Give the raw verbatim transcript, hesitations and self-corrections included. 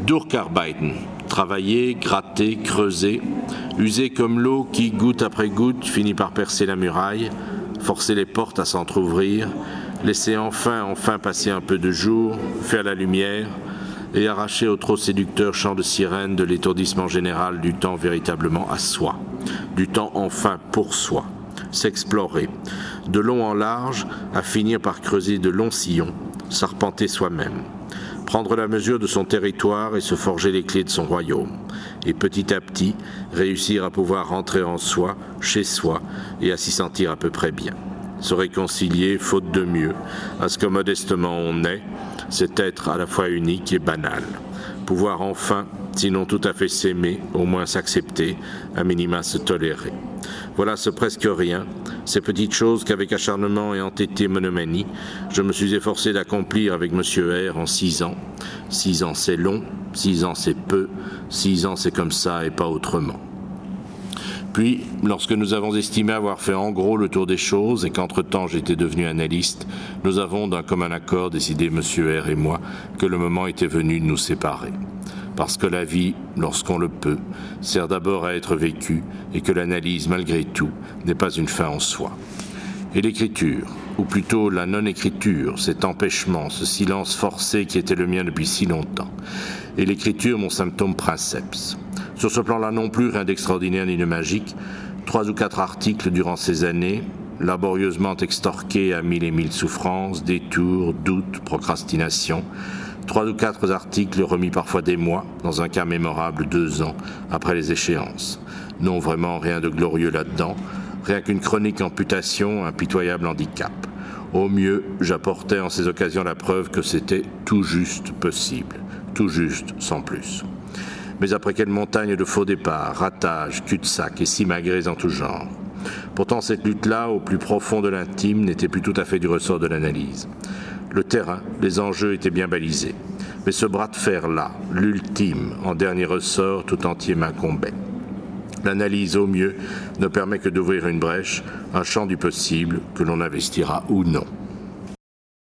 Durcharbeiten, travailler, gratter, creuser, user comme l'eau qui, goutte après goutte, finit par percer la muraille, forcer les portes à s'entr'ouvrir, laisser enfin, enfin passer un peu de jour, faire la lumière, et arracher au trop séducteur chant de sirène de l'étourdissement général du temps véritablement à soi, du temps enfin pour soi, s'explorer, de long en large, à finir par creuser de longs sillons, s'arpenter soi-même, prendre la mesure de son territoire et se forger les clés de son royaume, et petit à petit réussir à pouvoir rentrer en soi, chez soi, et à s'y sentir à peu près bien. Se réconcilier, faute de mieux, à ce que modestement on est, c'est être à la fois unique et banal. Pouvoir enfin, sinon tout à fait s'aimer, au moins s'accepter, à minima se tolérer. Voilà ce presque rien, ces petites choses qu'avec acharnement et entêtée monomanie, je me suis efforcé d'accomplir avec Monsieur R en six ans. Six ans c'est long, six ans c'est peu, six ans c'est comme ça et pas autrement. Puis, lorsque nous avons estimé avoir fait en gros le tour des choses et qu'entre-temps j'étais devenu analyste, nous avons d'un commun accord décidé, Monsieur R et moi, que le moment était venu de nous séparer. Parce que la vie, lorsqu'on le peut, sert d'abord à être vécue et que l'analyse, malgré tout, n'est pas une fin en soi. Et l'écriture, ou plutôt la non-écriture, cet empêchement, ce silence forcé qui était le mien depuis si longtemps. Et l'écriture, mon symptôme princeps. Sur ce plan-là non plus, rien d'extraordinaire ni de magique. Trois ou quatre articles durant ces années, laborieusement extorqués à mille et mille souffrances, détours, doutes, procrastinations. Trois ou quatre articles remis parfois des mois, dans un cas mémorable deux ans, après les échéances. Non, vraiment rien de glorieux là-dedans, rien qu'une chronique amputation, un pitoyable handicap. Au mieux, j'apportais en ces occasions la preuve que c'était tout juste possible, tout juste sans plus. Mais après quelle montagne de faux départs, ratages, cul-de-sac et simagrées en tout genre. Pourtant cette lutte-là, au plus profond de l'intime, n'était plus tout à fait du ressort de l'analyse. Le terrain, les enjeux étaient bien balisés. Mais ce bras de fer-là, l'ultime, en dernier ressort, tout entier m'incombait. L'analyse, au mieux, ne permet que d'ouvrir une brèche, un champ du possible que l'on investira ou non.